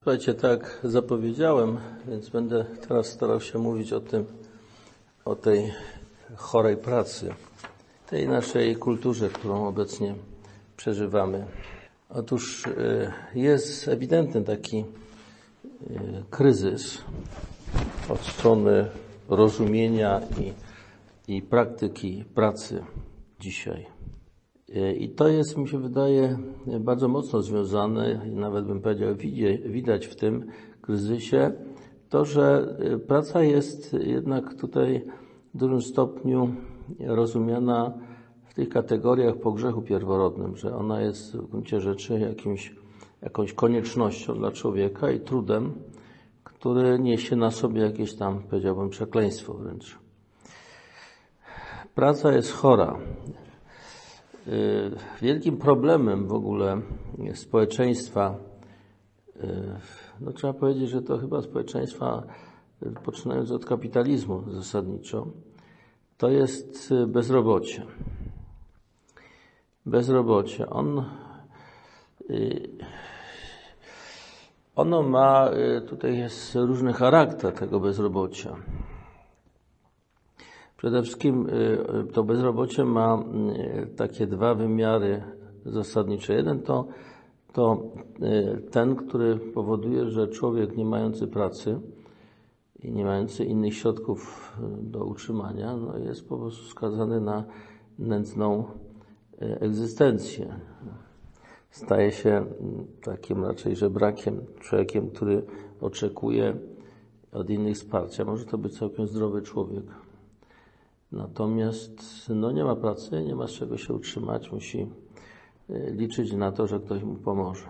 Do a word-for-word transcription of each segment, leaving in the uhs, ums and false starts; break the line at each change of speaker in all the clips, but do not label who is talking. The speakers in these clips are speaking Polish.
Słuchajcie, tak zapowiedziałem, więc będę teraz starał się mówić o tym, o tej chorej pracy, tej naszej kulturze, którą obecnie przeżywamy. Otóż jest ewidentny taki kryzys od strony rozumienia i, i praktyki pracy dzisiaj. I to jest, mi się wydaje, bardzo mocno związane, nawet bym powiedział, widać w tym kryzysie, to, że praca jest jednak tutaj w dużym stopniu rozumiana w tych kategoriach po grzechu pierworodnym, że ona jest w gruncie rzeczy jakimś, jakąś koniecznością dla człowieka i trudem, który niesie na sobie jakieś tam, powiedziałbym, przekleństwo wręcz. Praca jest chora. Wielkim problemem w ogóle społeczeństwa, no trzeba powiedzieć, że to chyba społeczeństwa, poczynając od kapitalizmu zasadniczo, to jest bezrobocie. Bezrobocie. On, ono ma, tutaj jest różny charakter tego bezrobocia. Przede wszystkim to bezrobocie ma takie dwa wymiary zasadnicze. Jeden to, to ten, który powoduje, że człowiek nie mający pracy i nie mający innych środków do utrzymania, no jest po prostu skazany na nędzną egzystencję. Staje się takim raczej żebrakiem, człowiekiem, który oczekuje od innych wsparcia. Może to być całkiem zdrowy człowiek. Natomiast no nie ma pracy, nie ma z czego się utrzymać, musi liczyć na to, że ktoś mu pomoże.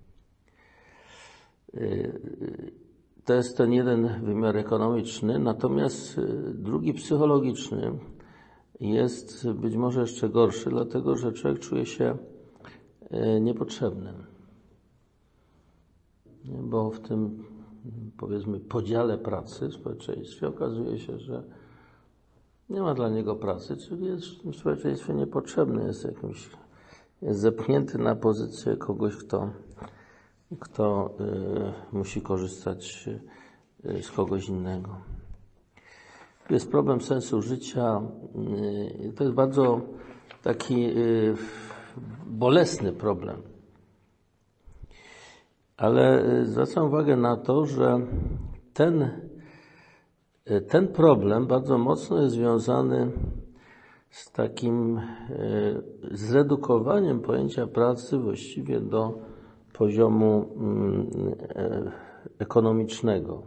To jest ten jeden wymiar ekonomiczny, natomiast drugi psychologiczny jest być może jeszcze gorszy, dlatego że człowiek czuje się niepotrzebnym. Bo w tym, powiedzmy, podziale pracy w społeczeństwie okazuje się, że nie ma dla niego pracy, czyli jest w społeczeństwie niepotrzebny, jest jakimś, jest zepchnięty na pozycję kogoś, kto, kto y, musi korzystać y, z kogoś innego. Jest problem sensu życia, y, to jest bardzo taki y, bolesny problem. Ale y, zwracam uwagę na to, że ten Ten problem bardzo mocno jest związany z takim zredukowaniem pojęcia pracy właściwie do poziomu ekonomicznego.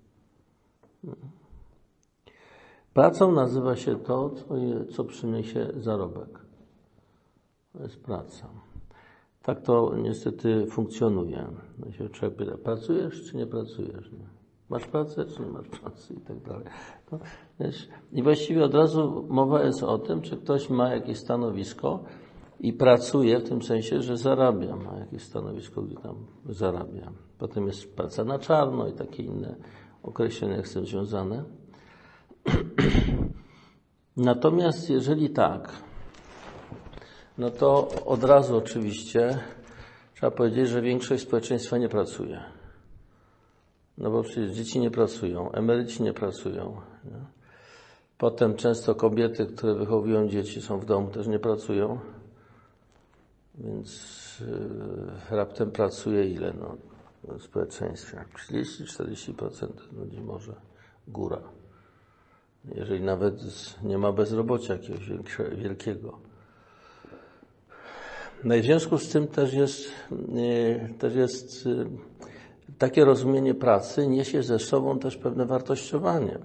Pracą nazywa się to, co przyniesie zarobek. To jest praca. Tak to niestety funkcjonuje. Człowiek pyta, pracujesz czy nie pracujesz? Masz pracę, czy nie masz pracy i tak dalej. No, wiesz, i właściwie od razu mowa jest o tym, czy ktoś ma jakieś stanowisko i pracuje w tym sensie, że zarabia, ma jakieś stanowisko, gdzie tam zarabia. Potem jest praca na czarno i takie inne określenia z tym związane. Natomiast jeżeli tak, no to od razu oczywiście trzeba powiedzieć, że większość społeczeństwa nie pracuje. No bo przecież dzieci nie pracują, emeryci nie pracują. Nie? Potem często kobiety, które wychowują dzieci, są w domu, też nie pracują. Więc yy, raptem pracuje ile no, w społeczeństwie? trzydzieści do czterdziestu procent ludzi może, góra. Jeżeli nawet nie ma bezrobocia jakiegoś wielkiego. No i w związku z tym też jest, yy, też jest yy, takie rozumienie pracy niesie ze sobą też pewne wartościowanie.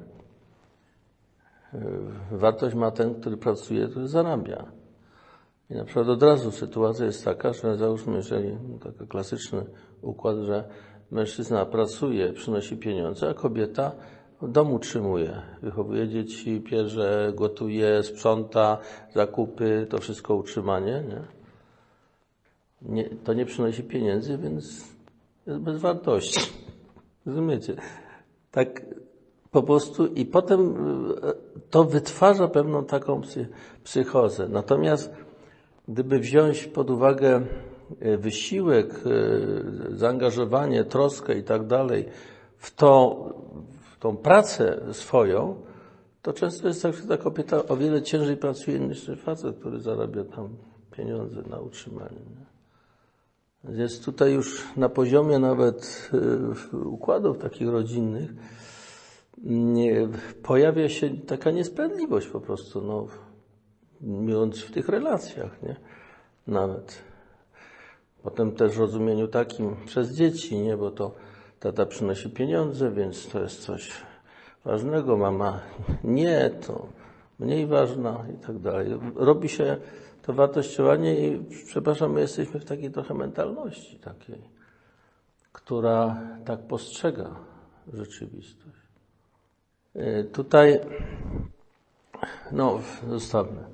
Wartość ma ten, który pracuje, który zarabia. I na przykład od razu sytuacja jest taka, że załóżmy, jeżeli taki klasyczny układ, że mężczyzna pracuje, przynosi pieniądze, a kobieta w domu utrzymuje, wychowuje dzieci, pierze, gotuje, sprząta, zakupy, to wszystko utrzymanie, nie? Nie, to nie przynosi pieniędzy, więc jest bez wartości. Rozumiecie? Tak po prostu i potem to wytwarza pewną taką psychozę. Natomiast gdyby wziąć pod uwagę wysiłek, zaangażowanie, troskę i tak dalej w to, w tą pracę swoją, to często jest tak, że ta kobieta o wiele ciężej pracuje niż ten facet, który zarabia tam pieniądze na utrzymanie. Nie? Więc tutaj już na poziomie nawet układów takich rodzinnych nie, pojawia się taka niesprawiedliwość po prostu, no, mówiąc w tych relacjach, nie? Nawet. Potem też w rozumieniu takim przez dzieci, nie? Bo to tata przynosi pieniądze, więc to jest coś ważnego, mama nie, to mniej ważna i tak dalej. Robi się to wartościowanie i, przepraszam, my jesteśmy w takiej trochę mentalności takiej, która tak postrzega rzeczywistość. Tutaj, no, zostawmy.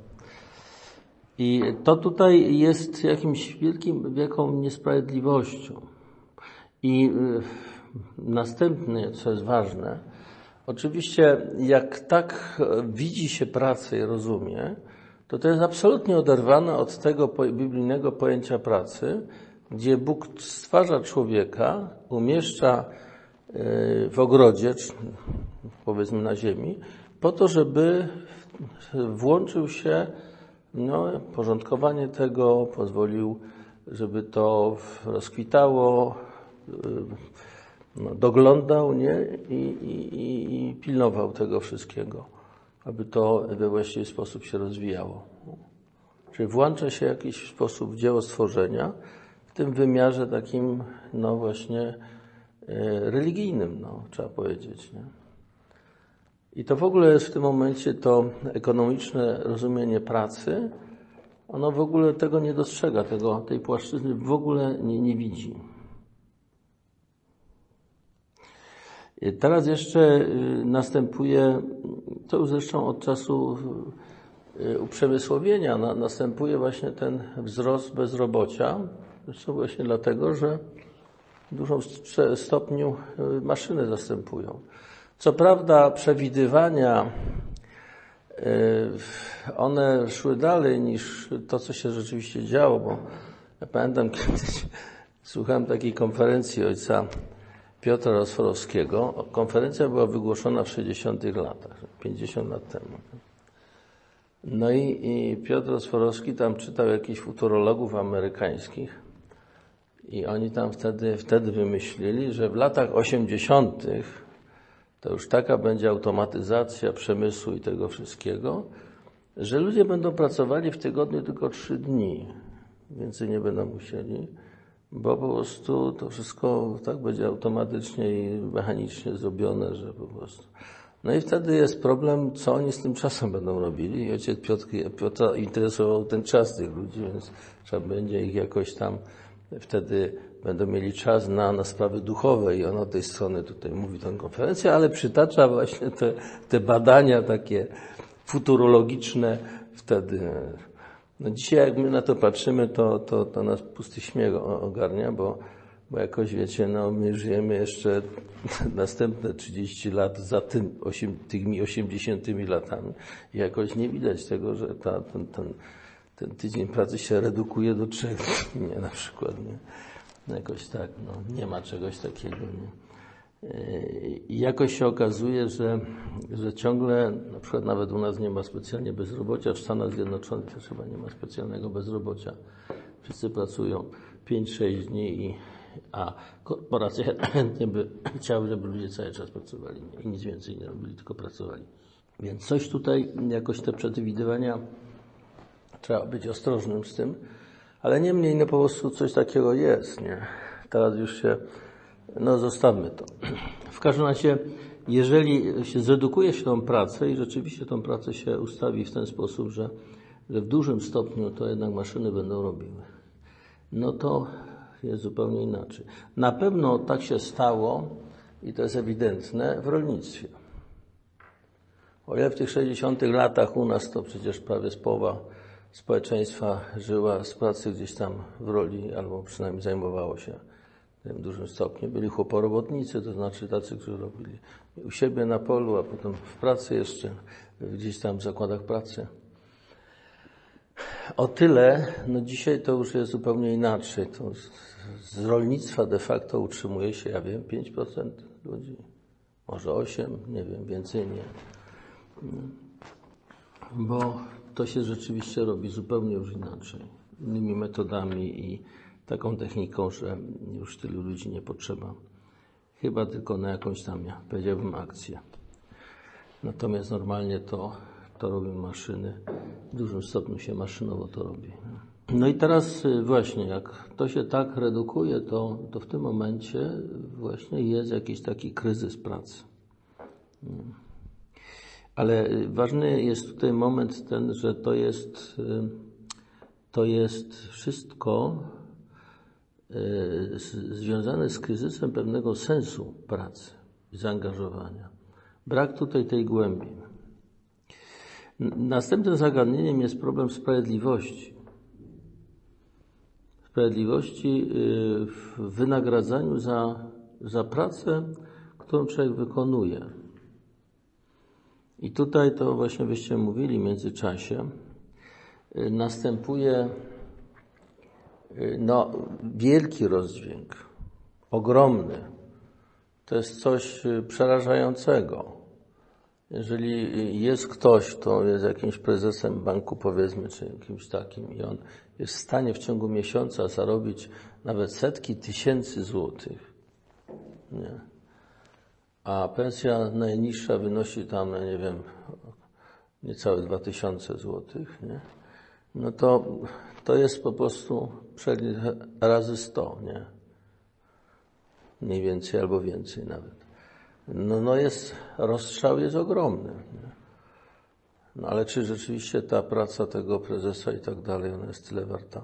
I to tutaj jest jakimś wielkim, wielką niesprawiedliwością. I następne, co jest ważne, oczywiście jak tak widzi się pracę i rozumie, to to jest absolutnie oderwane od tego biblijnego pojęcia pracy, gdzie Bóg stwarza człowieka, umieszcza w ogrodzie, powiedzmy na ziemi, po to, żeby włączył się no, porządkowanie tego, pozwolił, żeby to rozkwitało, no, doglądał, nie? I, i, i pilnował tego wszystkiego, aby to we właściwy sposób się rozwijało. Czyli włącza się w jakiś sposób w dzieło stworzenia, w tym wymiarze takim, no właśnie, religijnym, no, trzeba powiedzieć, nie? I to w ogóle jest w tym momencie to ekonomiczne rozumienie pracy, ono w ogóle tego nie dostrzega, tego, tej płaszczyzny w ogóle nie, nie widzi. I teraz jeszcze następuje, to już zresztą od czasu uprzemysłowienia, na, następuje właśnie ten wzrost bezrobocia, zresztą właśnie dlatego, że w dużym stopniu maszyny zastępują. Co prawda przewidywania, one szły dalej niż to, co się rzeczywiście działo, bo ja pamiętam kiedyś, słuchałem takiej konferencji ojca Piotra Osforowskiego. Konferencja była wygłoszona w sześćdziesiątych latach, pięćdziesiąt lat temu. No i, i Piotr Osforowski tam czytał jakichś futurologów amerykańskich i oni tam wtedy, wtedy wymyślili, że w latach osiemdziesiątych to już taka będzie automatyzacja przemysłu i tego wszystkiego, że ludzie będą pracowali w tygodniu tylko trzy dni. Więcej nie będą musieli, bo po prostu to wszystko tak będzie automatycznie i mechanicznie zrobione, że po prostu. No i wtedy jest problem, co oni z tym czasem będą robili. I ojciec Piotr, Piotra interesował ten czas tych ludzi, więc trzeba będzie ich jakoś tam wtedy będą mieli czas na, na sprawy duchowe i on od tej strony tutaj mówi tę konferencję, ale przytacza właśnie te, te badania takie futurologiczne wtedy. No dzisiaj jak my na to patrzymy, to, to, to nas pusty śmiech ogarnia, bo, bo jakoś wiecie, no my żyjemy jeszcze następne trzydzieści lat za tym, osiem, tymi osiemdziesiętymi latami i jakoś nie widać tego, że ta, ten, ten, ten tydzień pracy się redukuje do trzech dni, nie, na przykład, nie. Jakoś tak, no, nie ma czegoś takiego, nie. I jakoś się okazuje, że, że ciągle, na przykład nawet u nas nie ma specjalnie bezrobocia, w Stanach Zjednoczonych też chyba nie ma specjalnego bezrobocia. Wszyscy pracują pięć sześć dni, i, a korporacje chętnie by chciały, żeby ludzie cały czas pracowali i nic więcej nie robili, tylko pracowali. Więc coś tutaj, jakoś te przewidywania, trzeba być ostrożnym z tym, ale niemniej no po prostu coś takiego jest, nie? Teraz już się, no zostawmy to. W każdym razie, jeżeli się zredukuje się tą pracę i rzeczywiście tą pracę się ustawi w ten sposób, że, że w dużym stopniu to jednak maszyny będą robiły, no to jest zupełnie inaczej. Na pewno tak się stało i to jest ewidentne w rolnictwie. O ile w tych sześćdziesiątych latach u nas to przecież prawie z połowa społeczeństwa żyła z pracy gdzieś tam w roli, albo przynajmniej zajmowało się w dużym stopniu. Byli chłoporobotnicy, to znaczy tacy, którzy robili u siebie na polu, a potem w pracy jeszcze, gdzieś tam w zakładach pracy. o tyle, no dzisiaj to już jest zupełnie inaczej. To z, z rolnictwa de facto utrzymuje się, ja wiem, pięć procent ludzi, może osiem procent, nie wiem, więcej nie. Bo to się rzeczywiście robi zupełnie już inaczej. Innymi metodami i taką techniką, że już tylu ludzi nie potrzeba. Chyba tylko na jakąś tam, ja powiedziałbym, akcję. Natomiast normalnie to, to robią maszyny. W dużym stopniu się maszynowo to robi. No i teraz właśnie, jak to się tak redukuje, to, to w tym momencie właśnie jest jakiś taki kryzys pracy. Ale ważny jest tutaj moment ten, że to jest, to jest wszystko związane z kryzysem pewnego sensu pracy i zaangażowania. Brak tutaj tej głębi. Następnym zagadnieniem jest problem sprawiedliwości. Sprawiedliwości w wynagradzaniu za, za pracę, którą człowiek wykonuje. I tutaj to właśnie byście mówili w międzyczasie, następuje no, wielki rozdźwięk, ogromny. To jest coś przerażającego. Jeżeli jest ktoś, kto jest jakimś prezesem banku, powiedzmy, czy jakimś takim i on jest w stanie w ciągu miesiąca zarobić nawet setki tysięcy złotych, nie? A pensja najniższa wynosi tam, nie wiem, niecałe dwa tysiące złotych, nie? No to, to jest po prostu przelicznik razy sto, nie? Mniej więcej albo więcej nawet. No, no jest, rozstrzał jest ogromny. Nie? No ale czy rzeczywiście ta praca tego prezesa i tak dalej, ona jest tyle warta?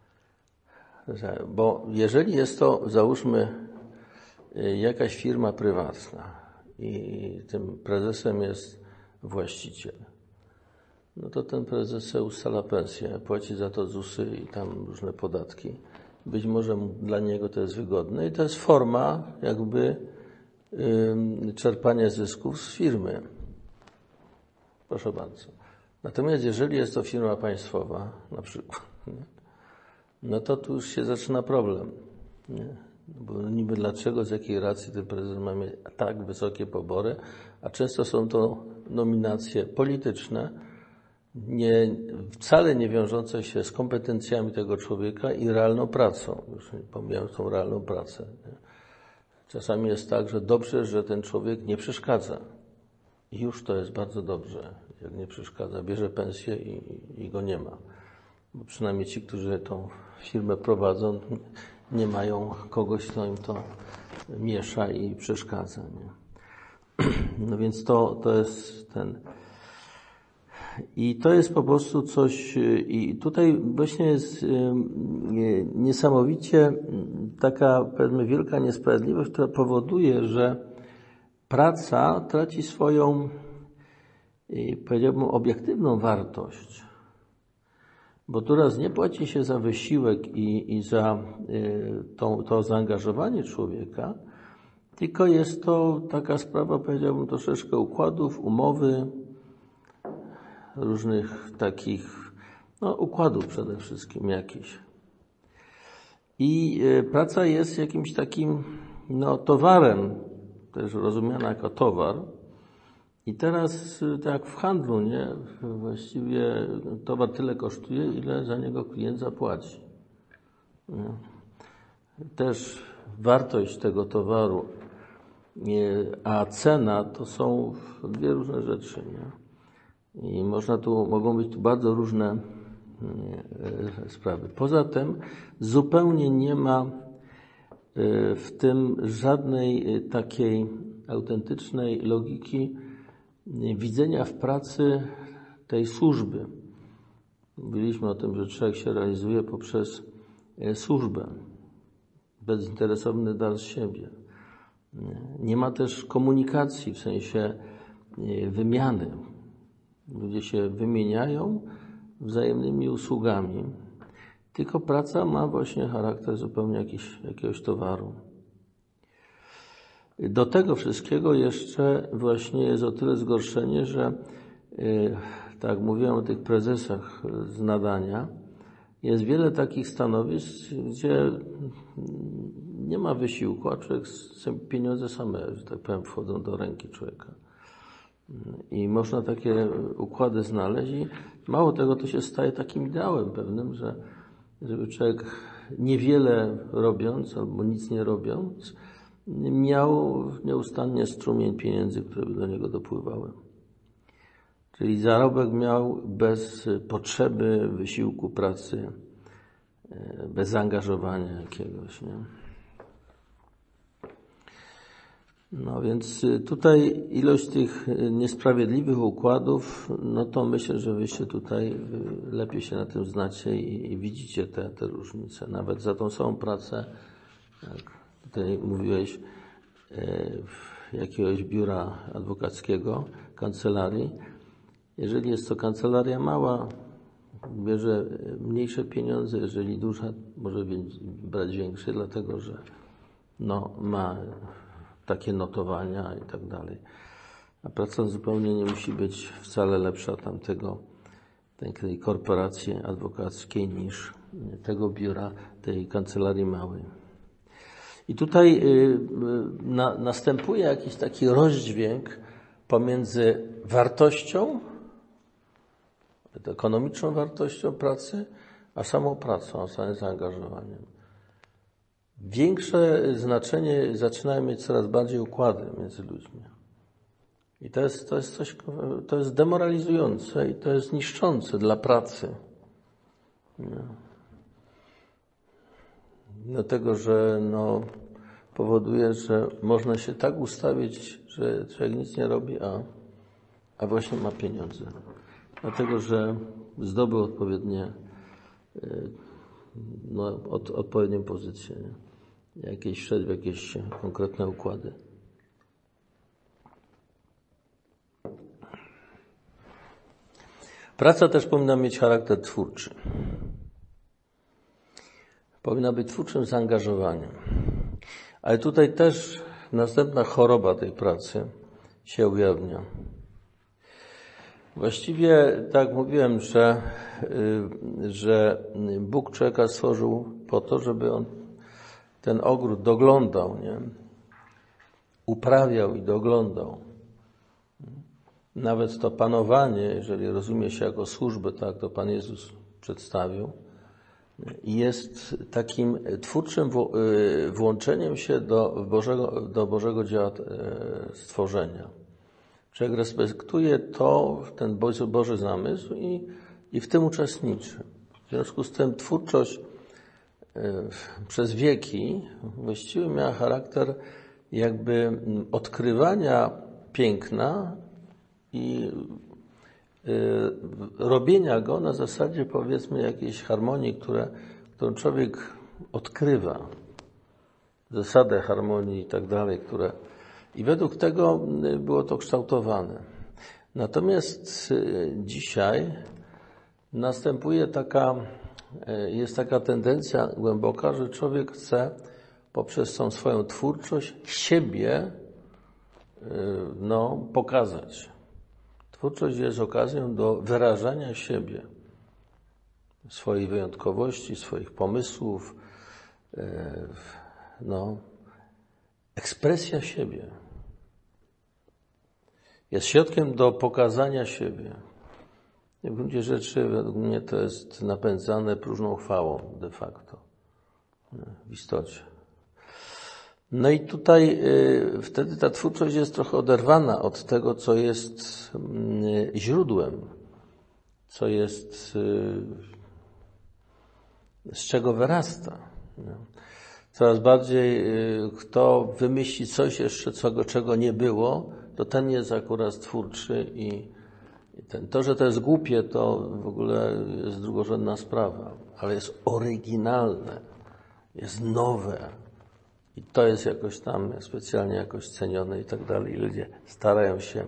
Bo jeżeli jest to, załóżmy, jakaś firma prywatna i tym prezesem jest właściciel, no to ten prezes ustala pensję, płaci za to zusy i tam różne podatki. Być może dla niego to jest wygodne i to jest forma jakby ym, czerpania zysków z firmy. Proszę bardzo. Natomiast jeżeli jest to firma państwowa, na przykład, nie? No to tu już się zaczyna problem. Nie? Bo niby dlaczego, z jakiej racji ten prezes ma mieć tak wysokie pobory, a często są to nominacje polityczne, nie, wcale nie wiążące się z kompetencjami tego człowieka i realną pracą. Już pomijam tą realną pracę. Nie? Czasami jest tak, że dobrze, że ten człowiek nie przeszkadza. I już to jest bardzo dobrze, jak nie przeszkadza. Bierze pensję i, i go nie ma. Bo przynajmniej ci, którzy tą firmę prowadzą, nie mają kogoś, kto im to miesza i przeszkadza. Nie? No więc to, to jest ten... I to jest po prostu coś, i tutaj właśnie jest niesamowicie taka, powiedzmy, wielka niesprawiedliwość, która powoduje, że praca traci swoją, powiedziałbym, obiektywną wartość. Bo teraz nie płaci się za wysiłek i, i za to, to zaangażowanie człowieka, tylko jest to taka sprawa, powiedziałbym, troszeczkę układów, umowy, różnych takich, no, układów przede wszystkim jakichś. I praca jest jakimś takim, no, towarem, też rozumiana jako towar. I teraz, tak jak w handlu, nie? Właściwie towar tyle kosztuje, ile za niego klient zapłaci. Nie? Też wartość tego towaru, nie? A cena to są dwie różne rzeczy, nie? I można tu, mogą być tu bardzo różne nie, sprawy. Poza tym zupełnie nie ma w tym żadnej takiej autentycznej logiki widzenia w pracy tej służby. Mówiliśmy o tym, że człowiek się realizuje poprzez służbę. Bezinteresowny dar z siebie. Nie ma też komunikacji w sensie wymiany. Ludzie się wymieniają wzajemnymi usługami. Tylko praca ma właśnie charakter zupełnie jakiś, jakiegoś towaru. Do tego wszystkiego jeszcze właśnie jest o tyle zgorszenie, że tak jak mówiłem o tych prezesach z nadania, jest wiele takich stanowisk, gdzie nie ma wysiłku, a człowiek, pieniądze same, że tak powiem, wchodzą do ręki człowieka. I można takie układy znaleźć i mało tego, to się staje takim ideałem pewnym, że żeby człowiek niewiele robiąc albo nic nie robiąc, miał nieustannie strumień pieniędzy, które by do niego dopływały. Czyli zarobek miał bez potrzeby, wysiłku pracy, bez zaangażowania jakiegoś, nie? No więc tutaj ilość tych niesprawiedliwych układów, no to myślę, że wyście tutaj lepiej się na tym znacie i, i widzicie te, te różnice. Nawet za tą samą pracę, jak tutaj mówiłeś, jakiegoś biura adwokackiego, kancelarii, jeżeli jest to kancelaria mała, bierze mniejsze pieniądze, jeżeli duża, może brać większe, dlatego że no, ma takie notowania i tak dalej. A praca zupełnie nie musi być wcale lepsza tamtego, tej korporacji adwokackiej niż tego biura, tej kancelarii małej. I tutaj na, następuje jakiś taki rozdźwięk pomiędzy wartością, ekonomiczną wartością pracy, a samą pracą, a samym zaangażowaniem. Większe znaczenie zaczynają mieć coraz bardziej układy między ludźmi. I to jest, to jest coś, to jest demoralizujące i to jest niszczące dla pracy. No. Dlatego, że no, powoduje, że można się tak ustawić, że człowiek nic nie robi, a, a właśnie ma pieniądze. Dlatego, że zdobył odpowiednie, no, od, odpowiednią pozycję. Nie? Jakieś wszedł w jakieś konkretne układy. Praca też powinna mieć charakter twórczy. Powinna być twórczym zaangażowaniem. Ale tutaj też następna choroba tej pracy się ujawnia. Właściwie, tak jak mówiłem, że, że Bóg człowieka stworzył po to, żeby on ten ogród doglądał, nie? Uprawiał i doglądał. Nawet to panowanie, jeżeli rozumie się jako służbę, tak to Pan Jezus przedstawił, jest takim twórczym włączeniem się do Bożego, do Bożego dzieła stworzenia. Człowiek respektuje to, ten Boży, Boży zamysł i, i w tym uczestniczy. W związku z tym twórczość przez wieki właściwie miała charakter jakby odkrywania piękna i robienia go na zasadzie, powiedzmy, jakiejś harmonii, które, którą człowiek odkrywa. Zasadę harmonii i tak dalej, które i według tego było to kształtowane. Natomiast dzisiaj następuje taka, jest taka tendencja głęboka, że człowiek chce poprzez tą swoją twórczość siebie no, pokazać. Twórczość jest okazją do wyrażania siebie, swojej wyjątkowości, swoich pomysłów, no, ekspresja siebie. Jest środkiem do pokazania siebie. W gruncie rzeczy według mnie to jest napędzane próżną chwałą de facto, w istocie. No i tutaj y, wtedy ta twórczość jest trochę oderwana od tego, co jest y, źródłem, co jest, y, z czego wyrasta. Nie? Coraz bardziej y, kto wymyśli coś jeszcze, czego, czego nie było, to ten jest akurat twórczy i, i ten. To, że to jest głupie, to w ogóle jest drugorzędna sprawa, ale jest oryginalne, jest nowe. I to jest jakoś tam specjalnie jakoś cenione i tak dalej. I ludzie starają się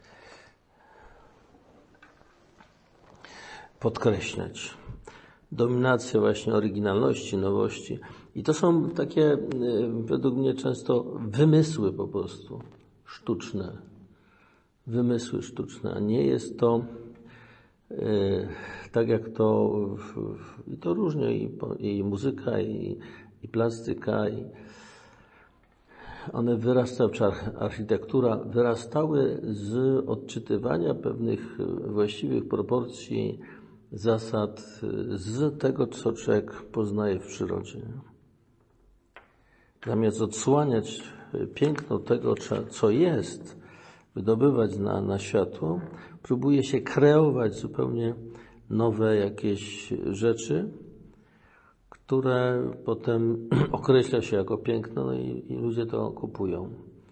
podkreślać dominację właśnie oryginalności, nowości. I to są takie według mnie często wymysły po prostu sztuczne. wymysły sztuczne, a nie jest to tak jak to, i to różnie, i, i muzyka, i, i plastyka, i one wyrastały, czy architektura wyrastały z odczytywania pewnych właściwych proporcji, zasad, z tego, co człowiek poznaje w przyrodzie. Zamiast odsłaniać piękno tego, co jest, wydobywać na, na światło, próbuje się kreować zupełnie nowe jakieś rzeczy, które potem określa się jako piękno, no i, i ludzie to kupują.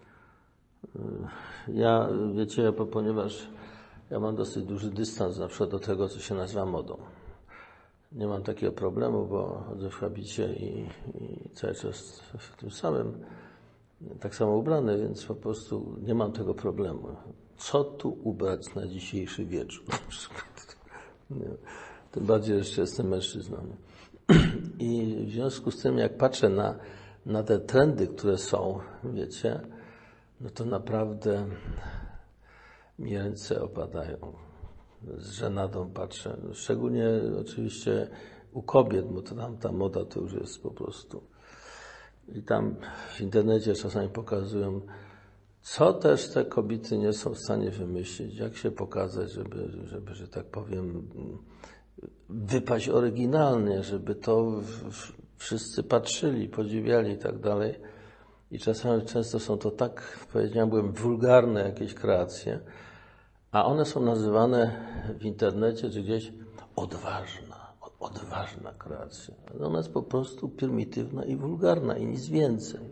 Ja, wiecie, ponieważ ja mam dosyć duży dystans na przykład do tego, co się nazywa modą. Nie mam takiego problemu, bo chodzę w habicie i, i cały czas w tym samym, tak samo ubrany, więc po prostu nie mam tego problemu. Co tu ubrać na dzisiejszy wieczór? Nie. Tym bardziej jeszcze jestem mężczyzną. Nie? I w związku z tym, jak patrzę na, na te trendy, które są, wiecie, no to naprawdę mi ręce opadają. Z żenadą patrzę. Szczególnie oczywiście u kobiet, bo to tam ta moda to już jest po prostu. I tam w internecie czasami pokazują, co też te kobiety nie są w stanie wymyślić, jak się pokazać, żeby, żeby że tak powiem, wypaść oryginalnie, żeby to wszyscy patrzyli, podziwiali i tak dalej. I czasami często są to tak, powiedziałbym, wulgarne jakieś kreacje, a one są nazywane w internecie czy gdzieś odważna, odważna kreacja. Ona jest po prostu prymitywna i wulgarna i nic więcej.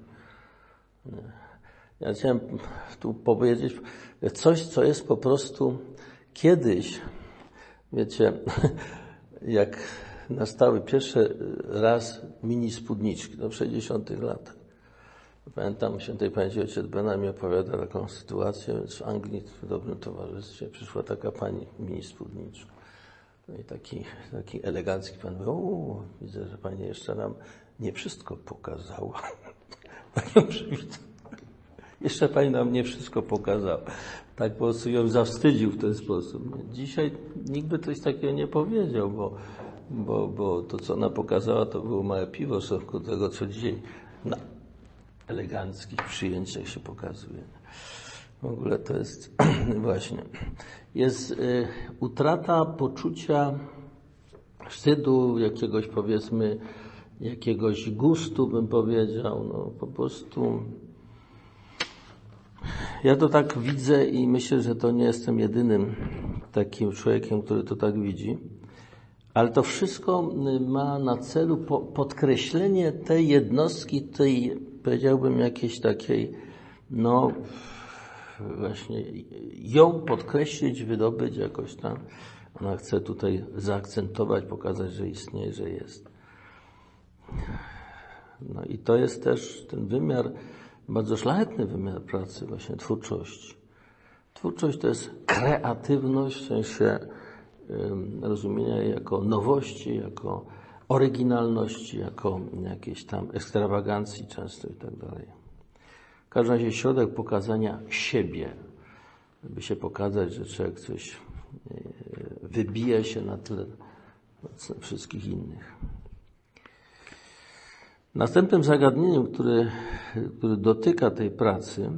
Ja chciałem tu powiedzieć coś, co jest po prostu kiedyś, wiecie, jak nastały pierwszy raz mini spódniczki, no w sześćdziesiątych latach. Pamiętam, świętej pamięci ojciec Bena mi opowiada taką sytuację, więc w Anglii w dobrym towarzystwie przyszła taka pani mini spódniczka. No i taki, taki elegancki pan mówił, o, widzę, że pani jeszcze nam nie wszystko pokazała. Panią przywitał. Jeszcze pani nam nie wszystko pokazała. Tak po prostu ją zawstydził w ten sposób. Dzisiaj nikt by coś takiego nie powiedział, bo, bo, bo to, co ona pokazała, to było małe piwo w stosunku do tego, co dzisiaj na eleganckich przyjęciach się pokazuje. W ogóle to jest właśnie, jest y, utrata poczucia wstydu, jakiegoś powiedzmy, jakiegoś gustu, bym powiedział, no po prostu. Ja to tak widzę i myślę, że to nie jestem jedynym takim człowiekiem, który to tak widzi, ale to wszystko ma na celu po, podkreślenie tej jednostki, tej, powiedziałbym, jakiejś takiej, no właśnie ją podkreślić, wydobyć jakoś tam. Ona chce tutaj zaakcentować, pokazać, że istnieje, że jest. No i to jest też ten wymiar, bardzo szlachetny wymiar pracy, właśnie twórczości. Twórczość to jest kreatywność, w sensie um, rozumienia jej jako nowości, jako oryginalności, jako jakiejś tam ekstrawagancji często i tak dalej. W każdym razie środek pokazania siebie, żeby się pokazać, że człowiek coś wybija się na tle wszystkich innych. Następnym zagadnieniem, który, który dotyka tej pracy,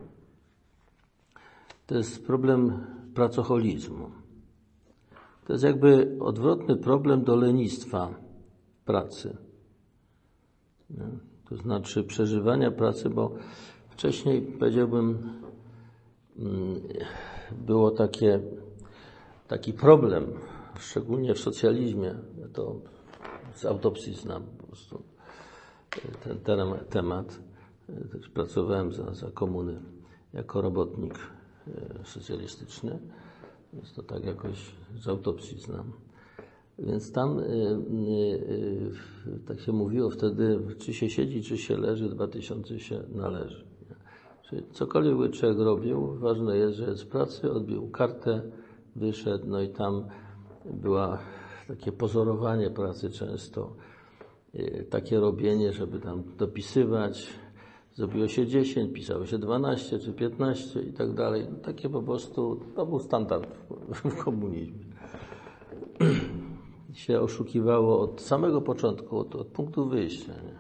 to jest problem pracoholizmu. To jest jakby odwrotny problem do lenistwa pracy. Nie? To znaczy przeżywania pracy, bo wcześniej, powiedziałbym, było takie, taki problem, szczególnie w socjalizmie, ja to z autopsji znam po prostu ten, ten temat. Też pracowałem za, za komuny jako robotnik socjalistyczny, więc to tak jakoś z autopsji znam. Więc tam y, y, y, tak się mówiło wtedy, czy się siedzi, czy się leży, dwa tysiące się należy. Czyli cokolwiek by człowiek robił, ważne jest, że jest w pracy, odbił kartę, wyszedł, no i tam była takie pozorowanie pracy często, y, takie robienie, żeby tam dopisywać, zrobiło się dziesięć, pisało się dwanaście czy piętnaście i tak dalej. No, takie po prostu, to był standard w komunizmie. Się oszukiwało od samego początku, od, od punktu wyjścia. Nie?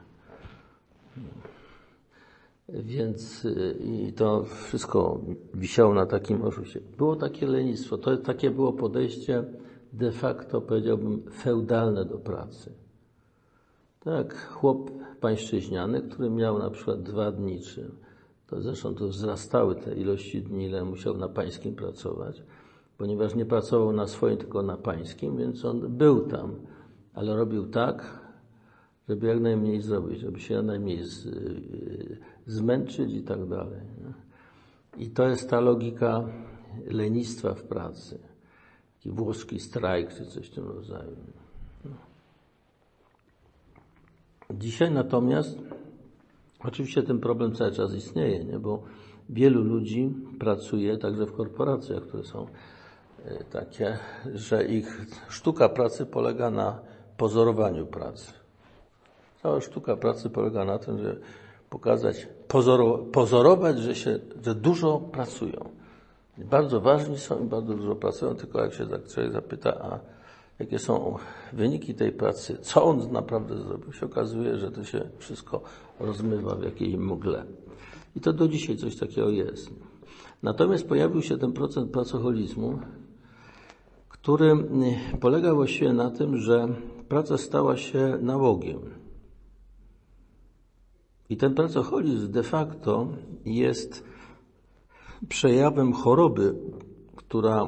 Więc i to wszystko wisiało na takim oszuście. Było takie lenistwo, to takie było podejście de facto, powiedziałbym, feudalne do pracy. Tak, chłop pańszczyźniany, który miał na przykład dwa dni, czy to zresztą to wzrastały te ilości dni, ile musiał na pańskim pracować, ponieważ nie pracował na swoim, tylko na pańskim, więc on był tam, ale robił tak, żeby jak najmniej zrobić, żeby się jak najmniej z, zmęczyć i tak dalej. I to jest ta logika lenistwa w pracy. Taki włoski strajk, czy coś w tym rodzaju. Dzisiaj natomiast, oczywiście ten problem cały czas istnieje, nie? Bo wielu ludzi pracuje także w korporacjach, które są takie, że ich sztuka pracy polega na pozorowaniu pracy. Cała sztuka pracy polega na tym, żeby pokazać, pozoro, pozorować, że, się, że dużo pracują. I bardzo ważni są i bardzo dużo pracują, tylko jak się tak człowiek zapyta, a jakie są wyniki tej pracy, co on naprawdę zrobił, się okazuje, że to się wszystko rozmywa w jakiejś mgle. I to do dzisiaj coś takiego jest. Natomiast pojawił się ten procent pracoholizmu, który polega właściwie na tym, że praca stała się nałogiem. I ten pracoholizm de facto jest przejawem choroby, która,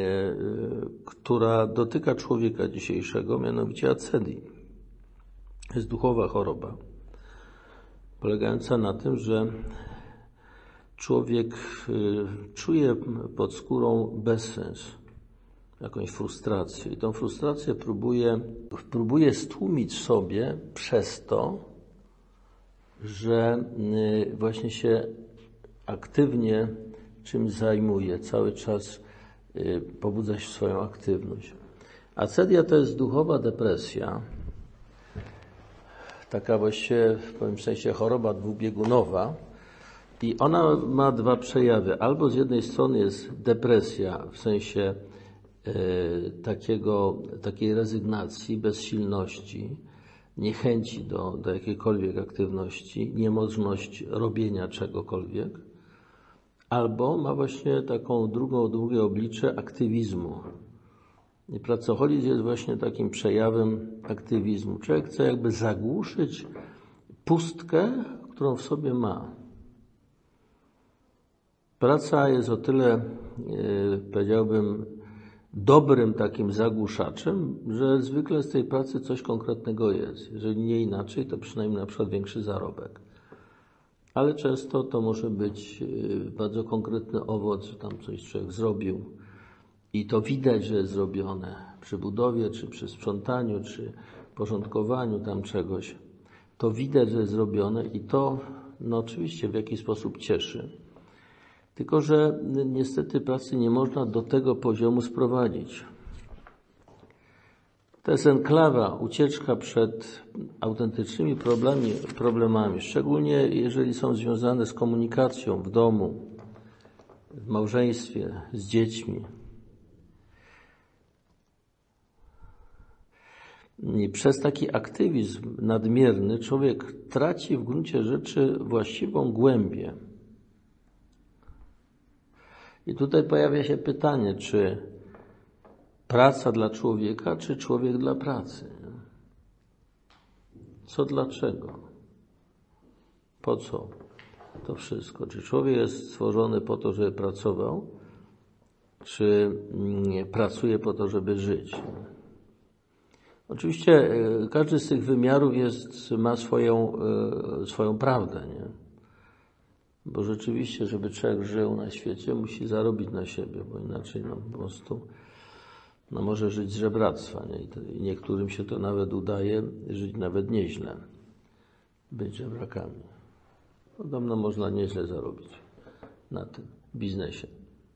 która dotyka człowieka dzisiejszego, mianowicie acedii. Jest duchowa choroba, polegająca na tym, że człowiek czuje pod skórą bezsens, jakąś frustrację. I tą frustrację próbuje, próbuje stłumić sobie przez to, że właśnie się aktywnie czymś zajmuje, cały czas pobudza się swoją aktywność. Acedia to jest duchowa depresja, taka właściwie w pewnym sensie choroba dwubiegunowa i ona ma dwa przejawy. Albo z jednej strony jest depresja w sensie e, takiego, takiej rezygnacji, bezsilności, niechęci do, do jakiejkolwiek aktywności, niemożność robienia czegokolwiek, albo ma właśnie taką drugą, drugie oblicze aktywizmu. I pracoholizm jest właśnie takim przejawem aktywizmu. Człowiek chce jakby zagłuszyć pustkę, którą w sobie ma. Praca jest o tyle, powiedziałbym, dobrym takim zagłuszaczem, że zwykle z tej pracy coś konkretnego jest. Jeżeli nie inaczej, to przynajmniej na przykład większy zarobek. Ale często to może być bardzo konkretny owoc, że tam coś człowiek zrobił i to widać, że jest zrobione przy budowie, czy przy sprzątaniu, czy porządkowaniu tam czegoś. To widać, że jest zrobione i to no oczywiście w jakiś sposób cieszy. Tylko że niestety pracy nie można do tego poziomu sprowadzić. To jest enklawa, ucieczka przed autentycznymi problemami, problemami, szczególnie jeżeli są związane z komunikacją w domu, w małżeństwie, z dziećmi. I przez taki aktywizm nadmierny człowiek traci w gruncie rzeczy właściwą głębię. I tutaj pojawia się pytanie, czy praca dla człowieka, czy człowiek dla pracy? Co dlaczego? Po co to wszystko? Czy człowiek jest stworzony po to, żeby pracował, czy nie pracuje po to, żeby żyć? Oczywiście każdy z tych wymiarów jest, ma swoją, swoją prawdę, nie? Bo rzeczywiście, żeby człowiek żył na świecie, musi zarobić na siebie, bo inaczej no, po prostu no, może żyć z żebractwa. Nie? I, to, I niektórym się to nawet udaje żyć nawet nieźle, być żebrakami. Podobno można nieźle zarobić na tym biznesie.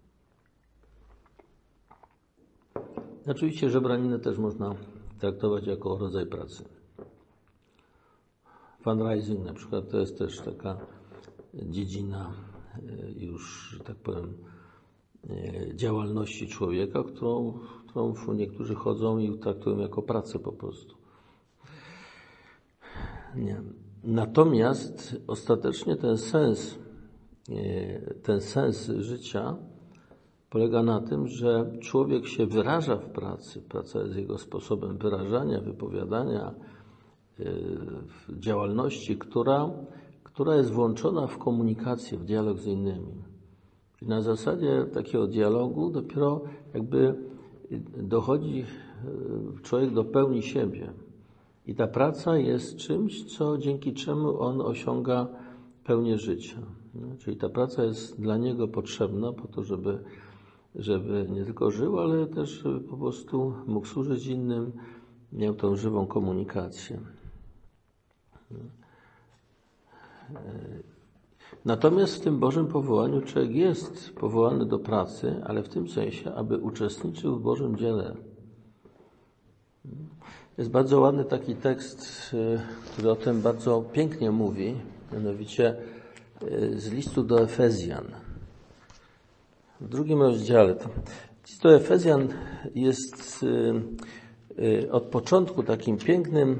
Oczywiście żebraninę też można traktować jako rodzaj pracy. Fundraising na przykład to jest też taka dziedzina już, że tak powiem, działalności człowieka, którą, którą niektórzy chodzą i traktują jako pracę po prostu. Nie. Natomiast ostatecznie ten sens, ten sens życia polega na tym, że człowiek się wyraża w pracy. Praca jest jego sposobem wyrażania, wypowiadania, w działalności, która, która jest włączona w komunikację, w dialog z innymi. I na zasadzie takiego dialogu dopiero jakby dochodzi człowiek do pełni siebie. I ta praca jest czymś, co dzięki czemu on osiąga pełnię życia. Czyli ta praca jest dla niego potrzebna po to, żeby, żeby nie tylko żył, ale też żeby po prostu mógł służyć innym, miał tą żywą komunikację. Natomiast w tym Bożym powołaniu człowiek jest powołany do pracy, ale w tym sensie, aby uczestniczył w Bożym dziele. Jest bardzo ładny taki tekst, który o tym bardzo pięknie mówi, mianowicie z listu do Efezjan. W drugim rozdziale. List do Efezjan jest od początku takim pięknym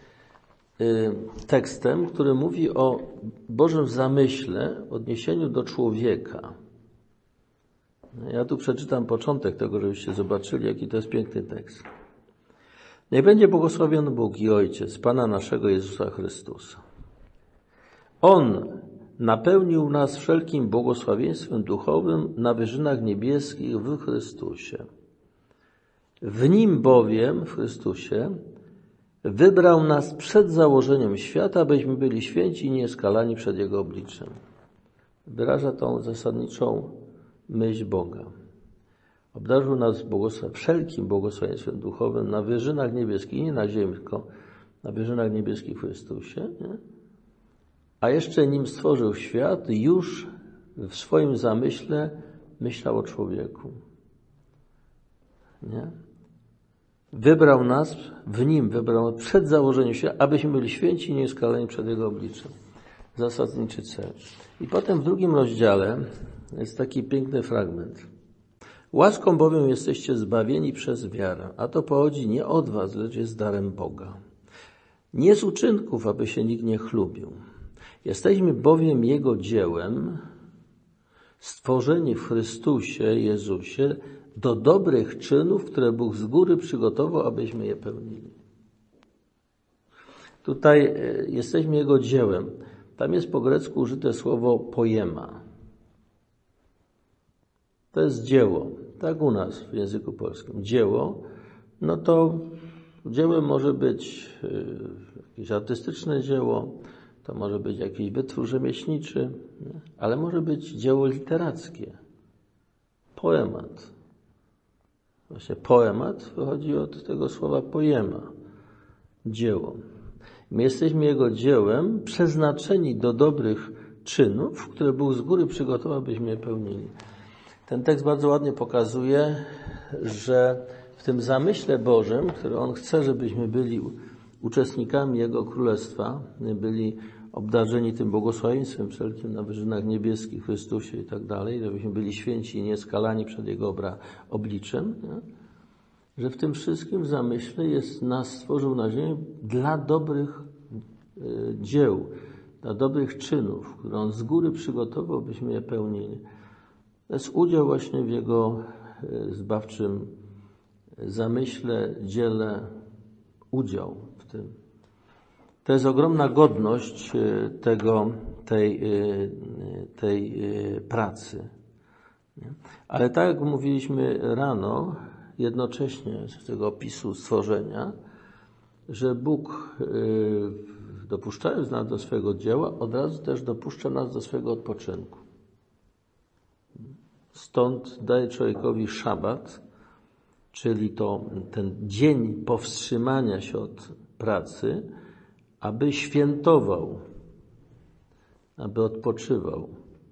tekstem, który mówi o Bożym zamyśle w odniesieniu do człowieka. Ja tu przeczytam początek tego, żebyście zobaczyli, jaki to jest piękny tekst. Niech będzie błogosławiony Bóg i Ojciec Pana naszego Jezusa Chrystusa. On napełnił nas wszelkim błogosławieństwem duchowym na wyżynach niebieskich w Chrystusie. W Nim bowiem, w Chrystusie, wybrał nas przed założeniem świata, byśmy byli święci i nieskalani przed Jego obliczem. Wyraża tą zasadniczą myśl Boga. Obdarzył nas błogosław, wszelkim błogosławieństwem duchowym na wyżynach niebieskich, nie na ziemi, tylko na wyżynach niebieskich w Chrystusie. Nie? A jeszcze nim stworzył świat, już w swoim zamyśle myślał o człowieku. Nie? Wybrał nas, w Nim wybrał przed założeniem świata, abyśmy byli święci i nieskalani przed Jego obliczem. Zasadniczy cel. I potem w drugim rozdziale jest taki piękny fragment. Łaską bowiem jesteście zbawieni przez wiarę, a to pochodzi nie od was, lecz jest darem Boga. Nie z uczynków, aby się nikt nie chlubił. Jesteśmy bowiem Jego dziełem, stworzeni w Chrystusie Jezusie do dobrych czynów, które Bóg z góry przygotował, abyśmy je pełnili. Tutaj jesteśmy Jego dziełem. Tam jest po grecku użyte słowo poema. To jest dzieło. Tak u nas w języku polskim. Dzieło, no to dziełem może być jakieś artystyczne dzieło, to może być jakiś wytwór rzemieślniczy, ale może być dzieło literackie. Poemat. Właśnie poemat wychodzi od tego słowa poema. Dzieło. My jesteśmy Jego dziełem przeznaczeni do dobrych czynów, które Bóg z góry przygotował, byśmy je pełnili. Ten tekst bardzo ładnie pokazuje, że w tym zamyśle Bożym, który On chce, żebyśmy byli uczestnikami Jego Królestwa, byli obdarzeni tym błogosławieństwem wszelkim na wyżynach niebieskich, w Chrystusie i tak dalej, żebyśmy byli święci i nieskalani przed Jego obra, obliczem, nie? Że w tym wszystkim zamyśle jest nas stworzył na ziemi dla dobrych y, dzieł, dla dobrych czynów, które On z góry przygotował, byśmy je pełnili. To jest udział właśnie w Jego zbawczym zamyśle, dziele, udział w tym. To jest ogromna godność tego, tej, tej pracy. Ale tak jak mówiliśmy rano, jednocześnie z tego opisu stworzenia, że Bóg, dopuszczając nas do swojego dzieła, od razu też dopuszcza nas do swojego odpoczynku. Stąd daje człowiekowi szabat, czyli to ten dzień powstrzymania się od pracy, aby świętował, aby odpoczywał.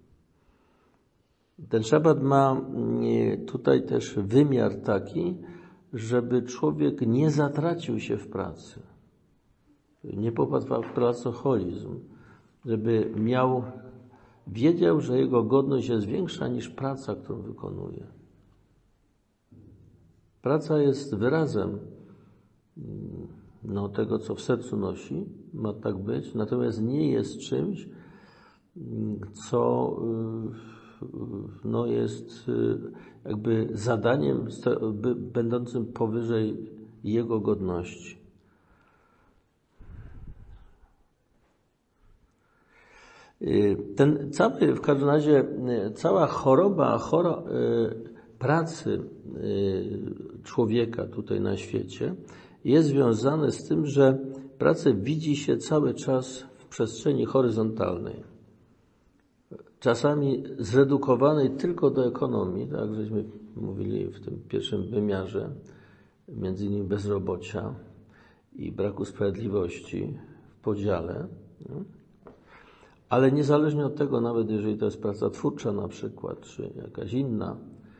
Ten szabat ma tutaj też wymiar taki, żeby człowiek nie zatracił się w pracy, nie popadł w pracoholizm, żeby miał wiedział, że jego godność jest większa niż praca, którą wykonuje. Praca jest wyrazem no, tego, co w sercu nosi, ma tak być, natomiast nie jest czymś, co no, jest jakby zadaniem będącym powyżej jego godności. Ten cały, w każdym razie, cała choroba, chora, pracy człowieka tutaj na świecie jest związane z tym, że pracę widzi się cały czas w przestrzeni horyzontalnej. Czasami zredukowanej tylko do ekonomii, tak jak żeśmy mówili w tym pierwszym wymiarze, między innymi bezrobocia i braku sprawiedliwości w podziale. Ale niezależnie od tego, nawet jeżeli to jest praca twórcza na przykład, czy jakaś inna,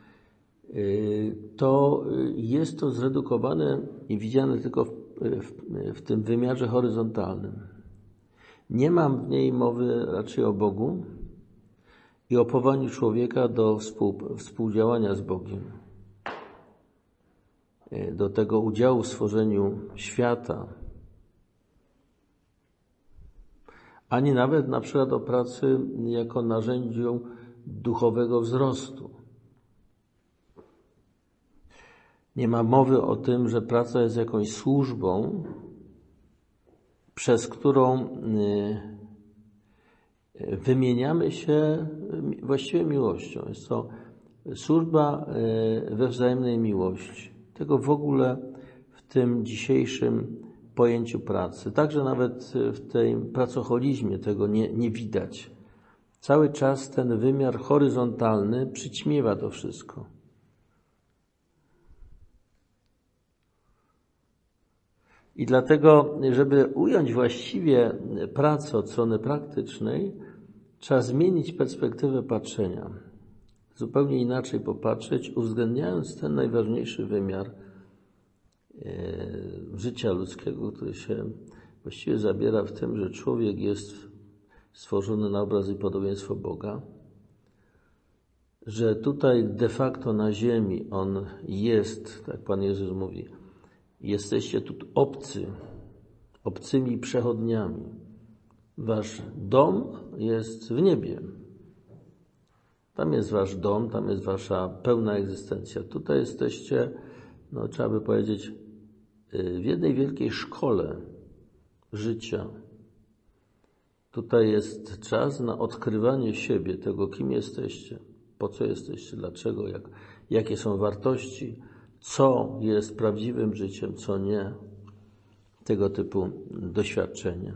to jest to zredukowane i widziane tylko w, w, w tym wymiarze horyzontalnym. Nie mam w niej mowy raczej o Bogu i o powołaniu człowieka do współ, współdziałania z Bogiem, do tego udziału w stworzeniu świata, ani nawet na przykład o pracy jako narzędziu duchowego wzrostu. Nie ma mowy o tym, że praca jest jakąś służbą, przez którą wymieniamy się właściwie miłością. Jest to służba we wzajemnej miłości. Tego w ogóle w tym dzisiejszym pojęciu pracy. Także nawet w tym pracoholizmie tego nie, nie widać. Cały czas ten wymiar horyzontalny przyćmiewa to wszystko. I dlatego, żeby ująć właściwie pracę od strony praktycznej, trzeba zmienić perspektywę patrzenia. Zupełnie inaczej popatrzeć, uwzględniając ten najważniejszy wymiar życia ludzkiego, który się właściwie zabiera w tym, że człowiek jest stworzony na obraz i podobieństwo Boga, że tutaj de facto na ziemi on jest, tak Pan Jezus mówi, jesteście tu obcy, obcymi przechodniami. Wasz dom jest w niebie. Tam jest wasz dom, tam jest wasza pełna egzystencja. Tutaj jesteście, no trzeba by powiedzieć, w jednej wielkiej szkole życia. Tutaj jest czas na odkrywanie siebie, tego, kim jesteście, po co jesteście, dlaczego, jak, jakie są wartości, co jest prawdziwym życiem, co nie. Tego typu doświadczenie.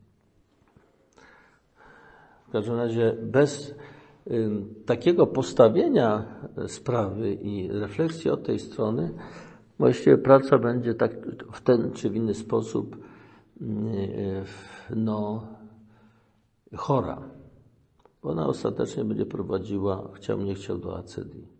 W każdym razie bez y, takiego postawienia sprawy i refleksji od tej strony właściwie praca będzie tak w ten czy w inny sposób y, no, chora. Ona ostatecznie będzie prowadziła, chciał nie chciał, do acedii.